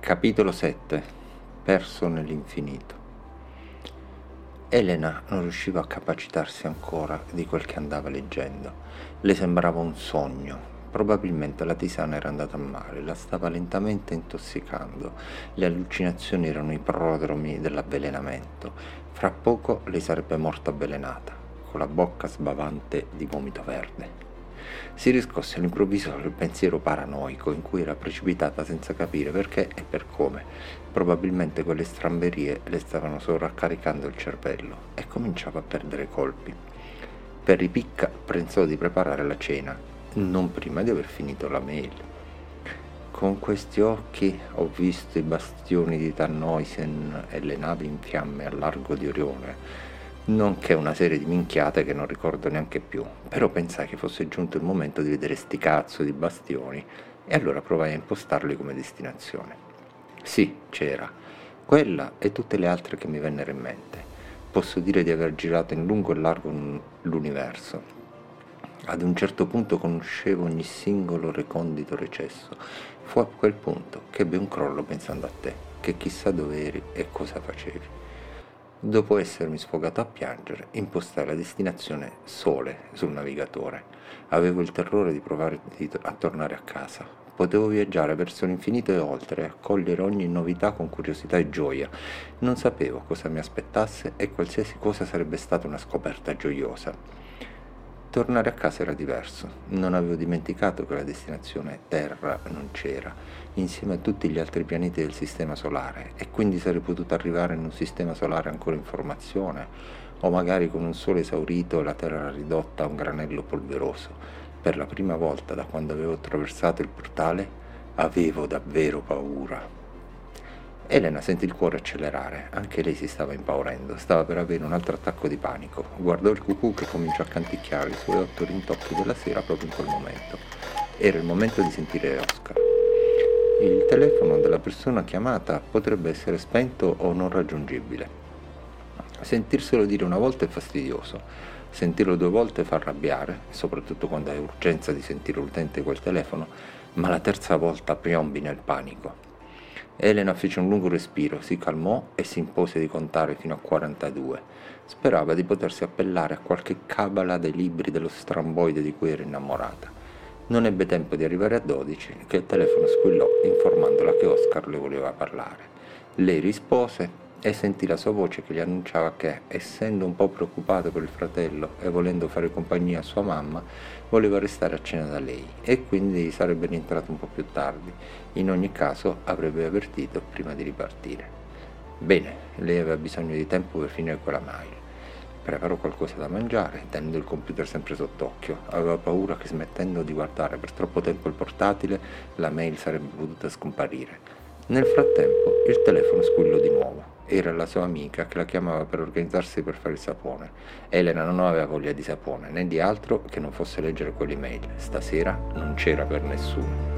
Capitolo 7. Perso nell'infinito. Elena non riusciva a capacitarsi ancora di quel che andava leggendo. Le sembrava un sogno. Probabilmente la tisana era andata a male, la stava lentamente intossicando. Le allucinazioni erano i prodromi dell'avvelenamento. Fra poco lei sarebbe morta avvelenata, con la bocca sbavante di vomito verde. Si riscosse all'improvviso dal pensiero paranoico in cui era precipitata senza capire perché e per come. Probabilmente quelle stramberie le stavano sovraccaricando il cervello e cominciava a perdere colpi. Per ripicca pensò di preparare la cena, non prima di aver finito la mail. Con questi occhi ho visto i bastioni di Tannhäusen e le navi in fiamme al largo di Orione, nonché una serie di minchiate che non ricordo neanche più, però pensai che fosse giunto il momento di vedere sti cazzo di bastioni e allora provai a impostarli come destinazione. Sì, c'era, quella e tutte le altre che mi vennero in mente. Posso dire di aver girato in lungo e largo l'universo. Ad un certo punto conoscevo ogni singolo recondito recesso. Fu a quel punto che ebbi un crollo pensando a te, che chissà dove eri e cosa facevi. Dopo essermi sfogato a piangere, impostai la destinazione Sole sul navigatore. Avevo il terrore di provare a tornare a casa. Potevo viaggiare verso l'infinito e oltre, accogliere ogni novità con curiosità e gioia. Non sapevo cosa mi aspettasse e qualsiasi cosa sarebbe stata una scoperta gioiosa. Tornare a casa era diverso. Non avevo dimenticato che la destinazione Terra non c'era, insieme a tutti gli altri pianeti del Sistema Solare, e quindi sarei potuto arrivare in un Sistema Solare ancora in formazione, o magari con un Sole esaurito e la Terra ridotta a un granello polveroso. Per la prima volta da quando avevo attraversato il portale, avevo davvero paura. Elena sentì il cuore accelerare, anche lei si stava impaurendo, stava per avere un altro attacco di panico. Guardò il cucù che cominciò a canticchiare i suoi 8 rintocchi della sera proprio in quel momento. Era il momento di sentire Oscar. Il telefono della persona chiamata potrebbe essere spento o non raggiungibile. Sentirselo dire una volta è fastidioso, sentirlo 2 volte fa arrabbiare, soprattutto quando hai urgenza di sentire l'utente quel telefono, ma la terza volta piombi nel panico. Elena fece un lungo respiro, si calmò e si impose di contare fino a 42. Sperava di potersi appellare a qualche cabala dei libri dello stramboide di cui era innamorata. Non ebbe tempo di arrivare a 12 che il telefono squillò informandola che Oscar le voleva parlare. Lei rispose e sentì la sua voce che gli annunciava che, essendo un po' preoccupato per il fratello e volendo fare compagnia a sua mamma, voleva restare a cena da lei e quindi sarebbe rientrato un po' più tardi. In ogni caso avrebbe avvertito prima di ripartire. Bene, lei aveva bisogno di tempo per finire quella mail. Preparò qualcosa da mangiare, tenendo il computer sempre sott'occhio. Aveva paura che smettendo di guardare per troppo tempo il portatile, la mail sarebbe potuta scomparire. Nel frattempo il telefono squillò di nuovo. Era la sua amica che la chiamava per organizzarsi per fare il sapone. Elena non aveva voglia di sapone né di altro che non fosse leggere quell'email. Stasera non c'era per nessuno.